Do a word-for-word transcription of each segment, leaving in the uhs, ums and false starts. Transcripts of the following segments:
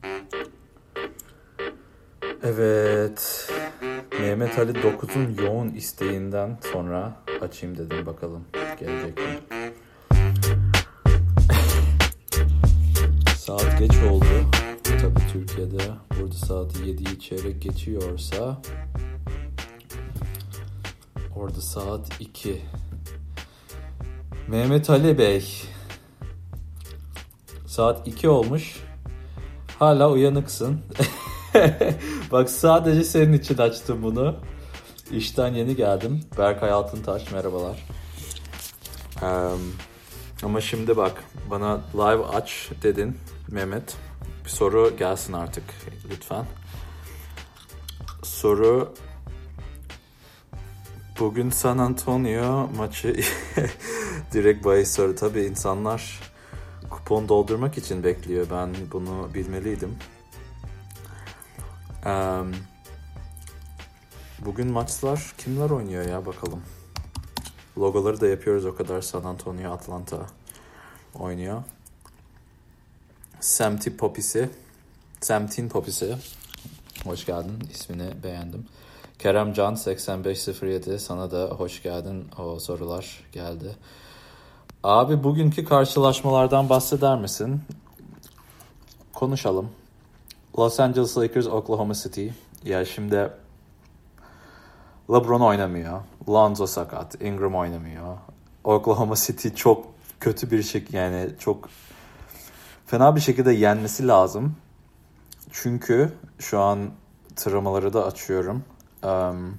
Evet. Mehmet Ali dokuzun yoğun isteğinden sonra açayım dedim, bakalım gelecek mi? Saat geç oldu. Tabii Türkiye'de burada saat yediyi çeyrek geçiyorsa orada saat iki. Mehmet Ali Bey, saat iki olmuş. Hala uyanıksın. Bak, sadece senin için açtım bunu. İşten yeni geldim. Berkay Altıntaş, merhabalar. Um, ama şimdi bak, bana live aç dedin Mehmet. Bir soru gelsin artık lütfen. Soru: bugün San Antonio maçı direkt bahis soru. Tabii insanlar kupon doldurmak için bekliyor. Ben bunu bilmeliydim. Um, bugün maçlar kimler oynuyor ya, bakalım. Logoları da yapıyoruz o kadar. San Antonio, Atlanta oynuyor. Semti Popisi. Semtin Popisi. Hoş geldin. İsmini beğendim. Kerem Can seksen beş sıfır yedi. Sana da hoş geldin. O sorular geldi. Abi, bugünkü karşılaşmalardan bahseder misin? Konuşalım. Los Angeles Lakers, Oklahoma City. Ya şimdi LeBron oynamıyor. Lonzo sakat. Ingram oynamıyor. Oklahoma City çok kötü bir şekilde, yani çok fena bir şekilde yenmesi lazım. Çünkü şu an tırnamaları da açıyorum. Um,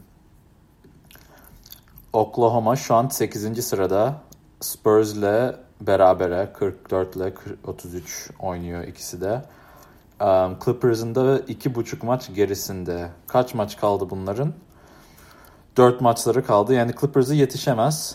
Oklahoma şu an sekizinci sırada. Spurs'le berabere kırk dört ile otuz üç oynuyor ikisi de. Um, Clippers'ın da iki buçuk maç gerisinde. Kaç maç kaldı bunların? dört maçları kaldı. Yani Clippers'ı yetişemez.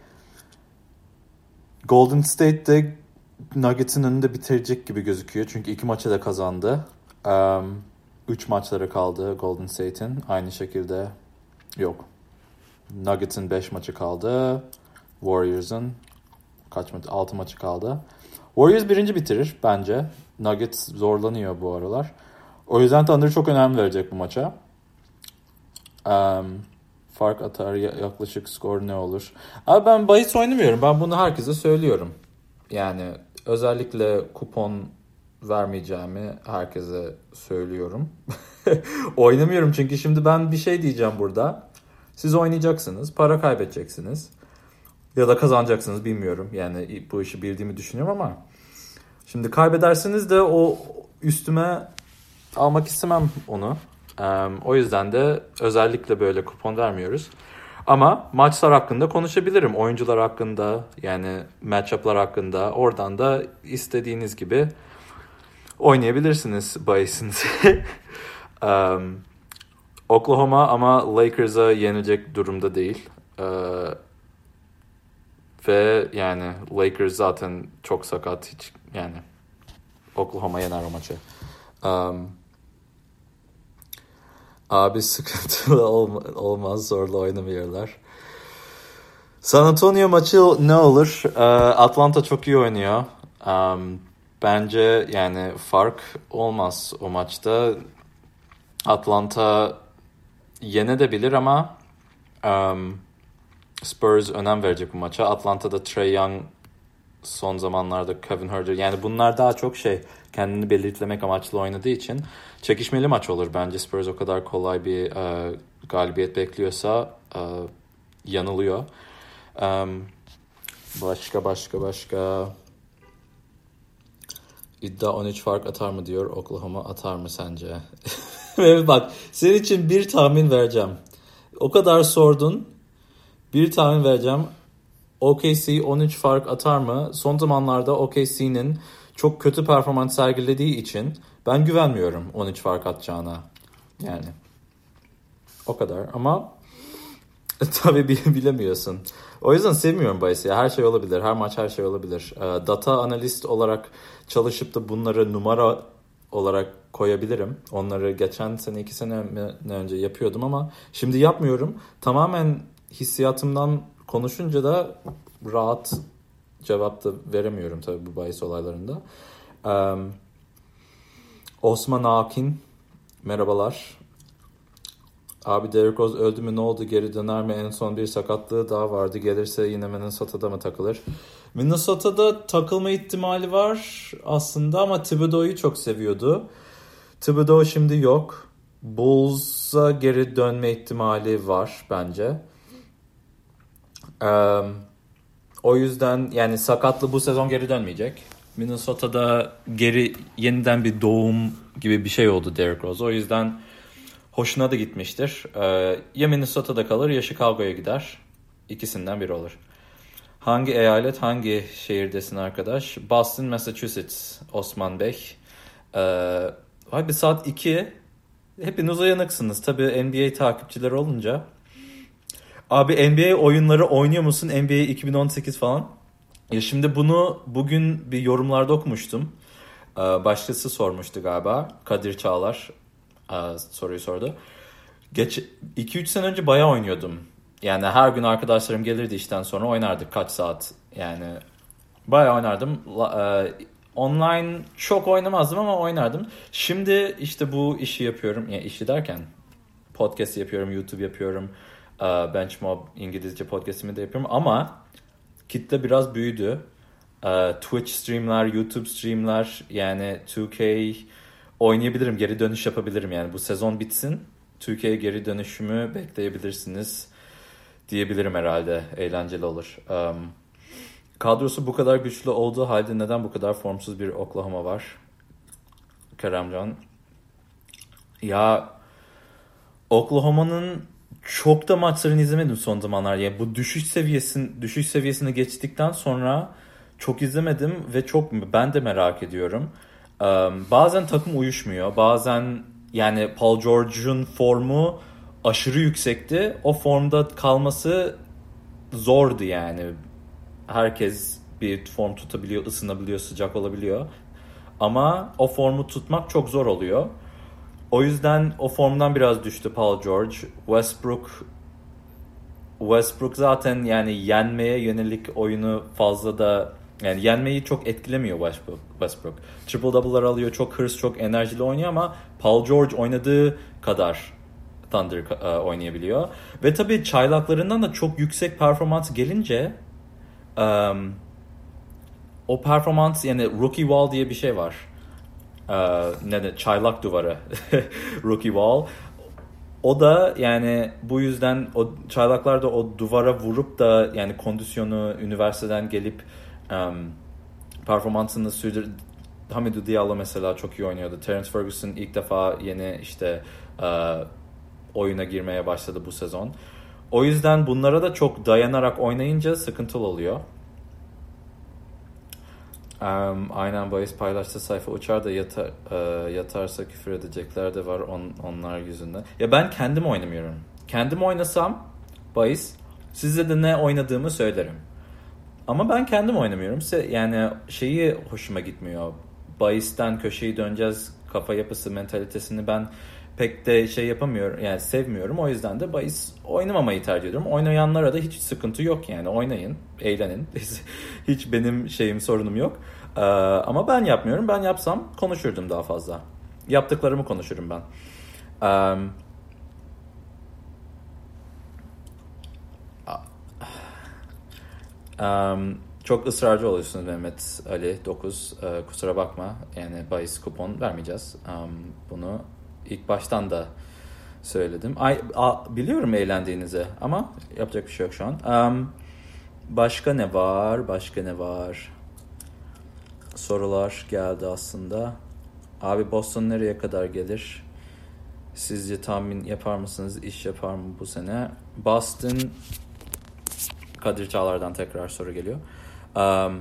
Golden State de Nuggets'ın önünde bitirecek gibi gözüküyor. Çünkü iki maçı da kazandı. Um, üç maçları kaldı Golden State'in. Aynı şekilde yok. Nuggets'ın beş maçı kaldı. Warriors'ın kaç maçı? altı maçı kaldı. Warriors birinci bitirir bence. Nuggets zorlanıyor bu aralar. O yüzden Thunder çok önem verecek bu maça. Um, fark atar, yaklaşık skor ne olur? Abi, ben bahis oynamıyorum. Ben bunu herkese söylüyorum. Yani özellikle kupon vermeyeceğimi herkese söylüyorum. Oynamıyorum çünkü şimdi ben bir şey diyeceğim burada. Siz oynayacaksınız, para kaybedeceksiniz. Ya da kazanacaksınız, bilmiyorum. Yani bu işi bildiğimi düşünüyorum ama şimdi kaybedersiniz de o üstüme almak istemem onu. Um, o yüzden de özellikle böyle kupon vermiyoruz. Ama maçlar hakkında konuşabilirim. Oyuncular hakkında, yani matchup'lar hakkında. Oradan da istediğiniz gibi oynayabilirsiniz bahisinizi. um, Oklahoma ama Lakers'a yenecek durumda değil. Uh, ve yani Lakers zaten çok sakat. Hiç, yani Oklahoma yener o maçı. Um, Abi sıkıntılı olmaz, zorla oynamıyorlar. San Antonio maçı ne olur? Atlanta çok iyi oynuyor. Um, bence yani fark olmaz o maçta. Atlanta yenebilir ama um, Spurs önem verecek bu maça. Atlanta'da Trae Young, son zamanlarda Kevin Huerter, yani bunlar daha çok şey, kendini belirtlemek amaçlı oynadığı için çekişmeli maç olur bence. Spurs o kadar kolay bir e, galibiyet bekliyorsa e, yanılıyor. Um, başka başka başka iddia on üç fark atar mı diyor. Oklahoma atar mı sence? Bak, senin için bir tahmin vereceğim. O kadar sordun. Bir tahmin vereceğim. O K C on üç fark atar mı? Son zamanlarda O K C'nin çok kötü performans sergilediği için ben güvenmiyorum on üç fark atacağına. Yani o kadar ama tabii bilemiyorsun. O yüzden sevmiyorum bahisi. Her şey olabilir. Her maç her şey olabilir. Data analist olarak çalışıp da bunları numara olarak koyabilirim. Onları geçen sene, iki sene önce yapıyordum ama şimdi yapmıyorum. Tamamen hissiyatımdan konuşunca da rahat cevap da veremiyorum tabii bu bahis olaylarında. Um, Osman Akin. Merhabalar. Abi Derrick Rose öldü mü, ne oldu, geri döner mi? En son bir sakatlığı daha vardı. Gelirse yine Minnesota'da mı takılır? Minnesota'da takılma ihtimali var aslında ama Thibodeau'yu çok seviyordu. Thibodeau şimdi yok. Bulls'a geri dönme ihtimali var bence. Ee, o yüzden yani sakatlı bu sezon geri dönmeyecek. Minnesota'da geri yeniden bir doğum gibi bir şey oldu Derrick Rose. O yüzden hoşuna da gitmiştir. Ee, ya Minnesota'da kalır ya Chicago'ya gider. İkisinden biri olur. Hangi eyalet, hangi şehirdesin arkadaş? Boston, Massachusetts, Osman Bey. Ee, abi saat iki. Hepiniz uyanıksınız. Tabii N B A takipçileri olunca. Abi N B A oyunları oynuyor musun? N B A iki bin on sekiz falan. Ya şimdi bunu bugün bir yorumlarda okumuştum. Ee, başkası sormuştu galiba. Kadir Çağlar e, soruyu sordu. Geç iki üç sene önce bayağı oynuyordum. Yani her gün arkadaşlarım gelirdi işten sonra oynardık kaç saat. Yani bayağı oynardım. E, online çok oynamazdım ama oynardım. Şimdi işte bu işi yapıyorum. Yani işi derken podcast yapıyorum, YouTube yapıyorum. E, Benchmob İngilizce podcastimi de yapıyorum ama kitle biraz büyüdü. E, Twitch streamler, YouTube streamler, yani iki K oynayabilirim, geri dönüş yapabilirim. Yani bu sezon bitsin, iki K'ye geri dönüşümü bekleyebilirsiniz diyebilirim herhalde. Eğlenceli olur. Um, kadrosu bu kadar güçlü olduğu halde neden bu kadar formsuz bir Oklahoma var? Keremcan. Ya Oklahoma'nın çok da maçlarını izlemedim son zamanlar. Yani bu düşüş seviyesin düşüş seviyesini geçtikten sonra çok izlemedim ve çok ben de merak ediyorum. Um, bazen takım uyuşmuyor. Bazen yani Paul George'un formu aşırı yüksekti. O formda kalması zordu yani. Herkes bir form tutabiliyor, ısınabiliyor, sıcak olabiliyor. Ama o formu tutmak çok zor oluyor. O yüzden o formdan biraz düştü Paul George. Westbrook Westbrook zaten yani yenmeye yönelik oyunu fazla da yani yenmeyi çok etkilemiyor Westbrook. Westbrook. Triple double'lar alıyor, çok hırs, çok enerjili oynuyor ama Paul George oynadığı kadar Thunder uh, oynayabiliyor. Ve tabii çaylaklarından da çok yüksek performans gelince um, o performans yani rookie wall diye bir şey var. Uh, ne de çaylak duvarı. Rookie wall. O da yani bu yüzden o çaylaklar da o duvara vurup da yani kondisyonu üniversiteden gelip um, performansını sürdür. Hamidou Diallo mesela çok iyi oynuyordu. Terence Ferguson ilk defa yeni işte uh, oyuna girmeye başladı bu sezon. O yüzden bunlara da çok dayanarak oynayınca sıkıntılı oluyor. Um, aynen bahis paylaştı sayfa uçar da yatar, uh, yatarsa küfür edecekler de var on, onlar yüzünden. Ya ben kendim oynamıyorum. Kendim oynasam bahis size de ne oynadığımı söylerim. Ama ben kendim oynamıyorum. Yani şeyi hoşuma gitmiyor. Bahisten köşeyi döneceğiz kafa yapısı mentalitesini ben pek de şey yapamıyorum. Yani sevmiyorum. O yüzden de bahis oynamamayı tercih ediyorum. Oynayanlara da hiç sıkıntı yok yani. Oynayın, eğlenin. Hiç benim şeyim sorunum yok. Ee, ama ben yapmıyorum. Ben yapsam konuşurdum daha fazla. Yaptıklarımı konuşurum ben. Um, um, çok ısrarcı oluyorsunuz Mehmet Ali dokuz. Ee, kusura bakma. Yani bahis kupon vermeyeceğiz. Um, bunu ilk baştan da söyledim. Ay, a, biliyorum eğlendiğinizi ama yapacak bir şey yok şu an. Um, başka ne var? Başka ne var? Sorular geldi aslında. Abi Boston nereye kadar gelir? Sizce tahmin yapar mısınız? İş yapar mı bu sene? Boston Kadir Çağlar'dan tekrar soru geliyor. Um,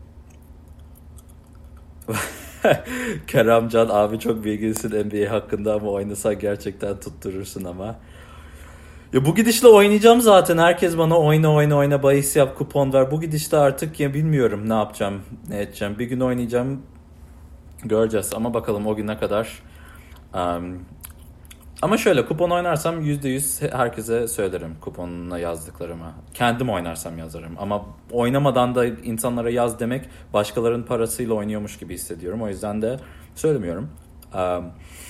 Keremcan abi çok bilgilisin N B A hakkında ama oynasan gerçekten tutturursun ama. Ya bu gidişle oynayacağım zaten. Herkes bana oyna oyna oyna bahis yap kupon ver. Bu gidişle artık ya bilmiyorum ne yapacağım ne edeceğim. Bir gün oynayacağım göreceğiz ama bakalım o güne kadar. Um, ama şöyle kupon oynarsam yüzde yüz herkese söylerim kuponuna yazdıklarımı. Kendim oynarsam yazarım ama oynamadan da insanlara yaz demek başkalarının parasıyla oynuyormuş gibi hissediyorum. O yüzden de söylemiyorum. Um,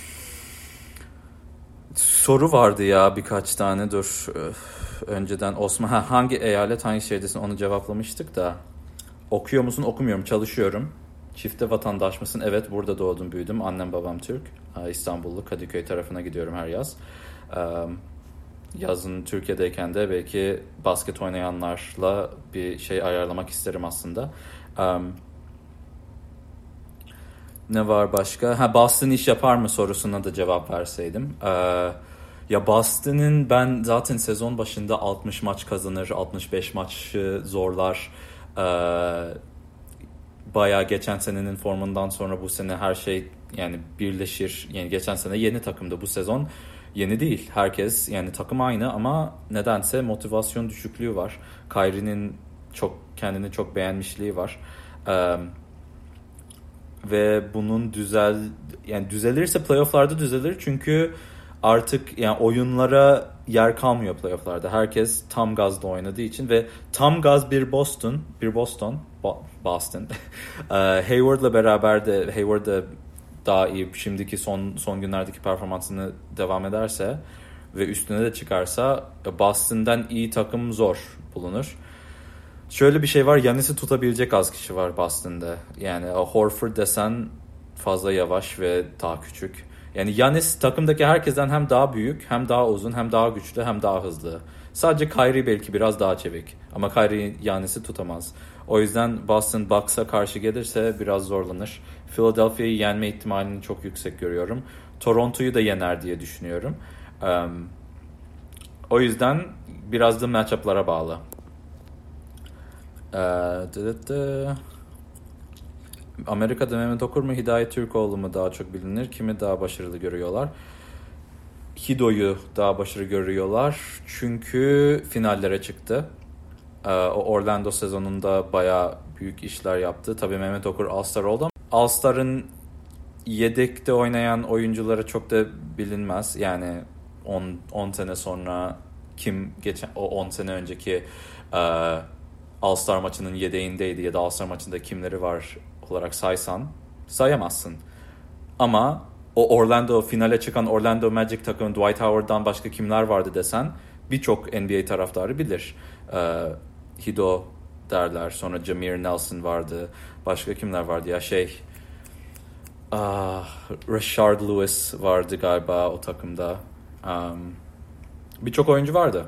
soru vardı ya birkaç tane, dur. Önceden Osman ha, hangi eyalet hangi şehirdesin onu cevaplamıştık da. Okuyor musun? Okumuyorum, çalışıyorum. Çifte vatandaş mısın? Evet, burada doğdum büyüdüm. Annem babam Türk. İstanbullu, Kadıköy tarafına gidiyorum her yaz. Yazın Türkiye'deyken de belki basket oynayanlarla bir şey ayarlamak isterim aslında. Ne var başka? Ha, Boston iş yapar mı sorusuna da cevap verseydim. Ya Boston'ın ben zaten sezon başında altmış maç kazanır, altmış beş maçı zorlar. Bayağı geçen senenin formundan sonra bu sene her şey yani birleşir. Yani geçen sene yeni takımdı, bu sezon yeni değil. Herkes yani takım aynı ama nedense motivasyon düşüklüğü var. Kyrie'nin çok kendini çok beğenmişliği var. Ee, ve bunun düzel yani düzelirse playoff'larda düzelir çünkü artık yani oyunlara yer kalmıyor playoff'larda. Herkes tam gazla oynadığı için ve tam gaz bir Boston, bir Boston, Boston. Hayward'la beraber de Hayward da daha iyi şimdiki son son günlerdeki performansını devam ederse ve üstüne de çıkarsa Boston'dan iyi takım zor bulunur. Şöyle bir şey var, Giannis'i tutabilecek az kişi var Boston'da. Yani Horford desen fazla yavaş ve daha küçük. Yani Giannis takımdaki herkesten hem daha büyük, hem daha uzun, hem daha güçlü, hem daha hızlı. Sadece Kyrie belki biraz daha çevik. Ama Kyrie Giannis'i tutamaz. O yüzden Boston Bucks'a karşı gelirse biraz zorlanır. Philadelphia'yı yenme ihtimalini çok yüksek görüyorum. Toronto'yu da yener diye düşünüyorum. Um, o yüzden biraz da matchup'lara bağlı. Ee, Amerika'da Mehmet Okur mu Hidayet Türkoğlu mu daha çok bilinir? Kimi daha başarılı görüyorlar? Hido'yu daha başarılı görüyorlar. Çünkü finallere çıktı. Ee, o Orlando sezonunda bayağı büyük işler yaptı. Tabii Mehmet Okur All-Star oldu ama All-Star'ın yedekte oynayan oyuncuları çok da bilinmez. Yani on sene sonra kim geçen o on sene önceki e, All-Star maçının yedeğindeydi ya da All-Star maçında kimleri var olarak saysan sayamazsın. Ama o Orlando finale çıkan Orlando Magic takımı Dwight Howard'dan başka kimler vardı desen birçok N B A taraftarı bilir. Ee, Hido derler. Sonra Jameer Nelson vardı. Başka kimler vardı ya şey ah, Rashard Lewis vardı galiba o takımda. Um, birçok oyuncu vardı.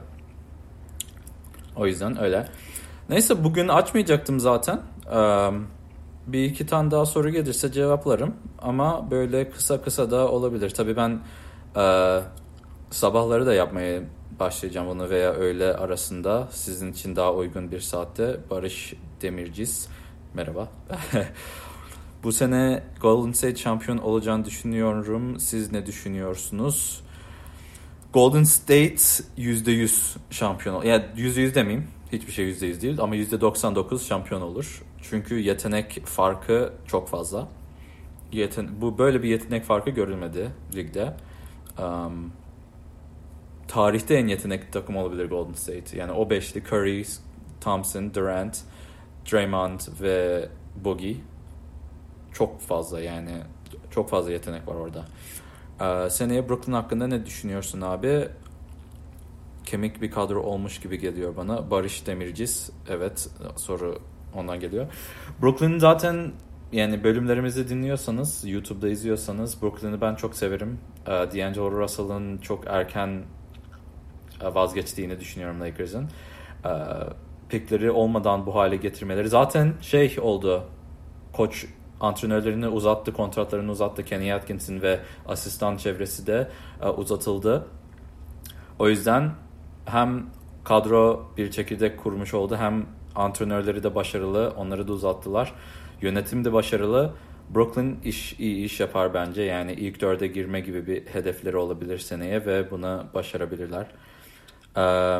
O yüzden öyle. Neyse bugün açmayacaktım zaten. Um, bir iki tane daha soru gelirse cevaplarım. Ama böyle kısa kısa da olabilir. Tabii ben e, sabahları da yapmaya başlayacağım bunu veya öğle arasında. Sizin için daha uygun bir saatte. Barış Demirciz. Merhaba. Bu sene Golden State şampiyon olacağını düşünüyorum. Siz ne düşünüyorsunuz? Golden State yüzde yüz şampiyon olur. Yani yüzde yüz demeyeyim. Hiçbir şey yüzde yüz değil ama yüzde doksan dokuz şampiyon olur. Çünkü yetenek farkı çok fazla. Yeten- bu böyle bir yetenek farkı görülmedi ligde. Um, tarihte en yetenekli takım olabilir Golden State. Yani o beşli Curry, Thompson, Durant, Draymond ve Boogie. Çok fazla yani. Çok fazla yetenek var orada. Ee, seneye Brooklyn hakkında ne düşünüyorsun abi? Kemik bir kadro olmuş gibi geliyor bana. Barış Demirciz. Evet, soru ondan geliyor. Brooklyn zaten yani bölümlerimizi dinliyorsanız, YouTube'da izliyorsanız Brooklyn'i ben çok severim. Ee, D'Angelo Russell'ın çok erken vazgeçtiğini düşünüyorum Lakers'ın. Ee, pikleri olmadan bu hale getirmeleri. Zaten şey oldu. Koç antrenörlerini uzattı, kontratlarını uzattı. Kenny Atkinson ve asistan çevresi de e, uzatıldı. O yüzden hem kadro bir çekirdek kurmuş oldu, hem antrenörleri de başarılı, onları da uzattılar. Yönetim de başarılı. Brooklyn iş iyi iş yapar bence. Yani ilk dörde girme gibi bir hedefleri olabilir seneye ve bunu başarabilirler. Ee,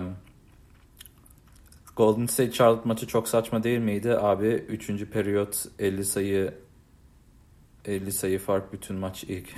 Golden State Charlotte maçı çok saçma değil miydi? Abi üçüncü periyot elli sayı elli sayı fark bütün maç ilk.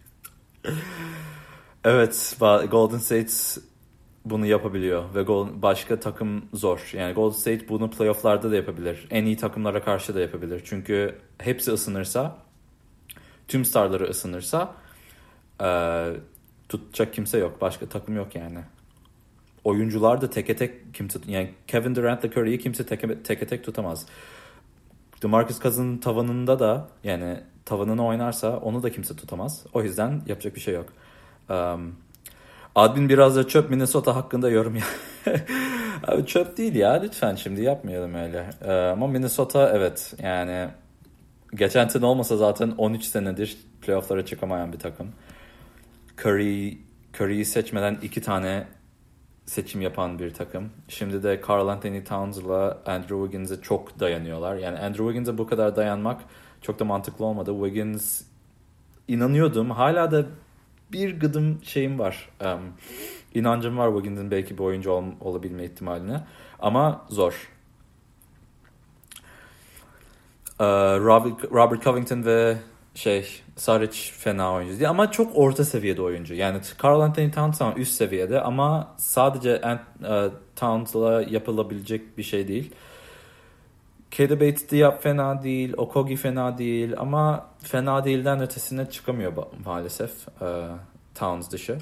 Evet, Golden State bunu yapabiliyor ve başka takım zor. Yani Golden State bunu playoff'larda da yapabilir. En iyi takımlara karşı da yapabilir. Çünkü hepsi ısınırsa tüm starları ısınırsa e, tutacak kimse yok. Başka takım yok yani. Oyuncular da teke tek kimse, yani Kevin Durant'la Curry'yi kimse teke, teke tek tutamaz. DeMarcus Cousins'ın tavanında da, yani tavanını oynarsa onu da kimse tutamaz. O yüzden yapacak bir şey yok. Um, Admin biraz da çöp Minnesota hakkında yorum ya. Abi çöp değil ya, lütfen şimdi yapmayalım öyle. Ee, ama Minnesota evet yani geçen sene olmasa zaten on üç senedir playoff'lara çıkamayan bir takım. Curry, Curry'yi seçmeden iki tane seçim yapan bir takım. Şimdi de Karl Anthony Towns'la Andrew Wiggins'e çok dayanıyorlar. Yani Andrew Wiggins'e bu kadar dayanmak çok da mantıklı olmadı. Wiggins inanıyordum. Hala da bir gıdım şeyim var. Um, inancım var Wiggins'in belki bir oyuncu ol, olabilme ihtimaline. Ama zor. Ee, Robert, Robert Covington ve şey Saric fena oyuncu değil ama çok orta seviyede oyuncu. Yani Karl Anthony Towns üst seviyede ama sadece Ant, uh, Towns'la yapılabilecek bir şey değil. Keita Bates-Diop fena değil, Okogie fena değil ama fena değilden ötesine çıkamıyor maalesef uh, Towns dışı.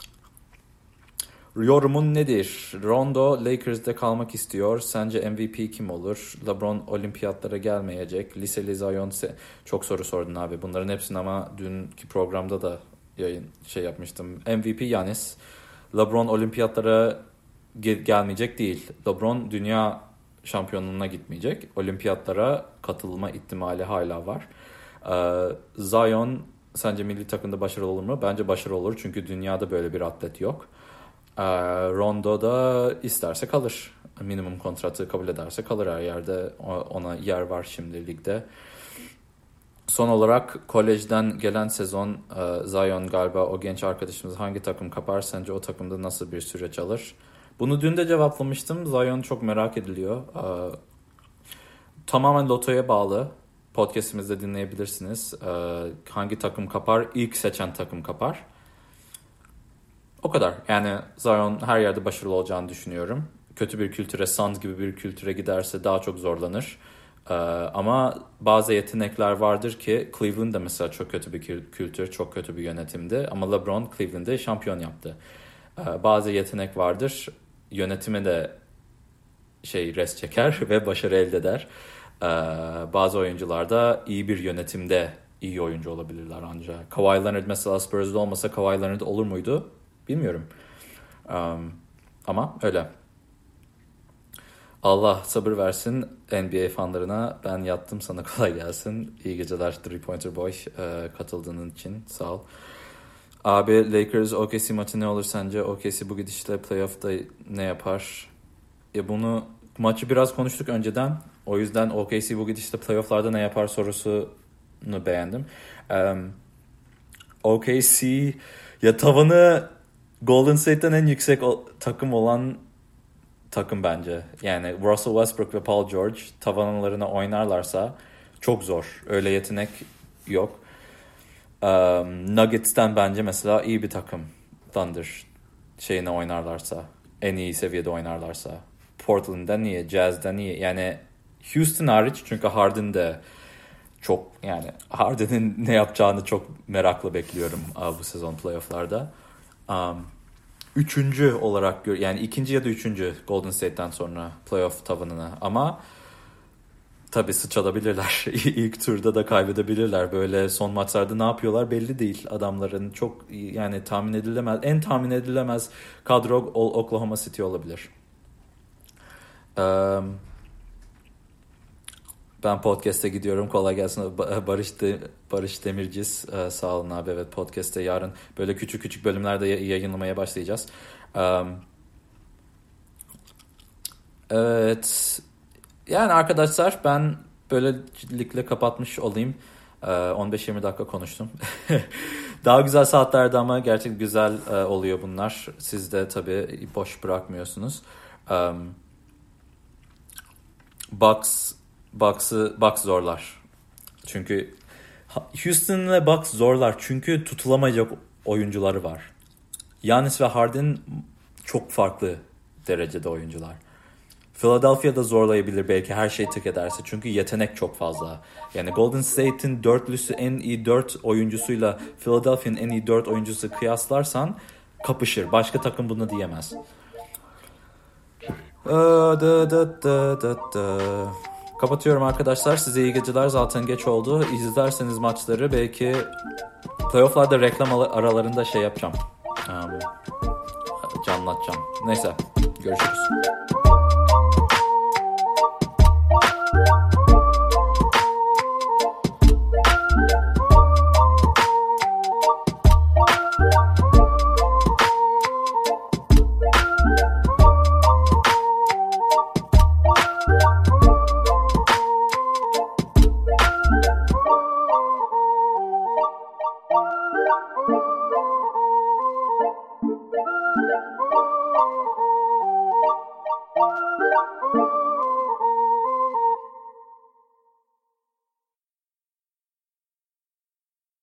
Yorumun nedir? Rondo Lakers'de kalmak istiyor. Sence M V P kim olur? LeBron olimpiyatlara gelmeyecek. Liseli Zion çok soru sordun abi. Bunların hepsini ama dünkü programda da yayın şey yapmıştım. M V P Giannis. LeBron olimpiyatlara gel- gelmeyecek değil. LeBron dünya şampiyonluğuna gitmeyecek. Olimpiyatlara katılma ihtimali hala var. Ee, Zion sence milli takımda başarılı olur mu? Bence başarılı olur çünkü dünyada böyle bir atlet yok. Rondo da isterse kalır. Minimum kontratı kabul ederse kalır, her yerde ona yer var şimdi ligde. Son olarak kolejden gelen sezon Zion galiba o genç arkadaşımız hangi takım kapar? Sence o takımda nasıl bir süreç alır? Bunu dün de cevaplamıştım. Zion çok merak ediliyor. Tamamen lotoya bağlı. Podcast'imizde dinleyebilirsiniz. Hangi takım kapar? İlk seçen takım kapar. O kadar. Yani Zion her yerde başarılı olacağını düşünüyorum. Kötü bir kültüre, Suns gibi bir kültüre giderse daha çok zorlanır. Ee, ama bazı yetenekler vardır ki Cleveland'da mesela çok kötü bir kültür, çok kötü bir yönetimdi. Ama LeBron Cleveland'ı şampiyon yaptı. Ee, bazı yetenek vardır, yönetime de şey res çeker ve başarı elde eder. Ee, bazı oyuncular da iyi bir yönetimde iyi oyuncu olabilirler ancak. Kawhi Leonard mesela Spurs'da olmasa Kawhi Leonard olur muydu? Bilmiyorum. Um, ama öyle. Allah sabır versin N B A fanlarına. Ben yattım, sana kolay gelsin. İyi geceler Three Pointer Boy. Ee, katıldığın için sağ ol. Abi Lakers O K C maçı ne olur sence? O K C bu gidişle playoff'ta ne yapar? Ya bunu maçı biraz konuştuk önceden. O yüzden O K C bu gidişle playoff'larda ne yapar sorusunu beğendim. Um, O K C ya tavanı Golden State'ten en yüksek o, takım olan takım bence. Yani Russell Westbrook ve Paul George tavanlarına oynarlarsa çok zor. Öyle yetenek yok. Um, Nuggets'ten bence mesela iyi bir takım. Thunder şeyine oynarlarsa. En iyi seviyede oynarlarsa. Portland'dan iyi, Jazz'dan iyi. Yani Houston hariç çünkü Harden de çok, yani Harden'in ne yapacağını çok merakla bekliyorum bu sezon playoff'larda. Um, Üçüncü olarak gör, yani ikinci ya da üçüncü Golden State'ten sonra playoff tavanına. Ama tabii sıçralabilirler. İlk turda da kaybedebilirler. Böyle son maçlarda ne yapıyorlar belli değil. Adamların çok yani tahmin edilemez, en tahmin edilemez kadro Oklahoma City olabilir. Um, Ben podcast'e gidiyorum. Kolay gelsin. Barış de, Barış Demirciz. Ee, sağ olun abi. Evet, podcast'te yarın böyle küçük küçük bölümlerde yayınlamaya başlayacağız. Um, evet. Yani arkadaşlar ben böylelikle kapatmış olayım. Ee, on beş yirmi dakika konuştum. Daha güzel saatlerde ama gerçekten güzel e, oluyor bunlar. Siz de tabii boş bırakmıyorsunuz. Um, Bucks Bucks'ı Bucks zorlar. Çünkü Houston ve Bucks zorlar. Çünkü tutulamayacak oyuncuları var. Giannis ve Harden çok farklı derecede oyuncular. Philadelphia'da zorlayabilir belki her şey tık ederse. Çünkü yetenek çok fazla. Yani Golden State'in dörtlüsü en iyi dört oyuncusuyla Philadelphia'nın en iyi dört oyuncusu kıyaslarsan kapışır. Başka takım bunu diyemez. Da, da, da, da, da. Kapatıyorum arkadaşlar. Size iyi geceler. Zaten geç oldu. İzlerseniz maçları belki playoff'larda reklam aralarında şey yapacağım. Um, canlatacağım. Neyse. Görüşürüz.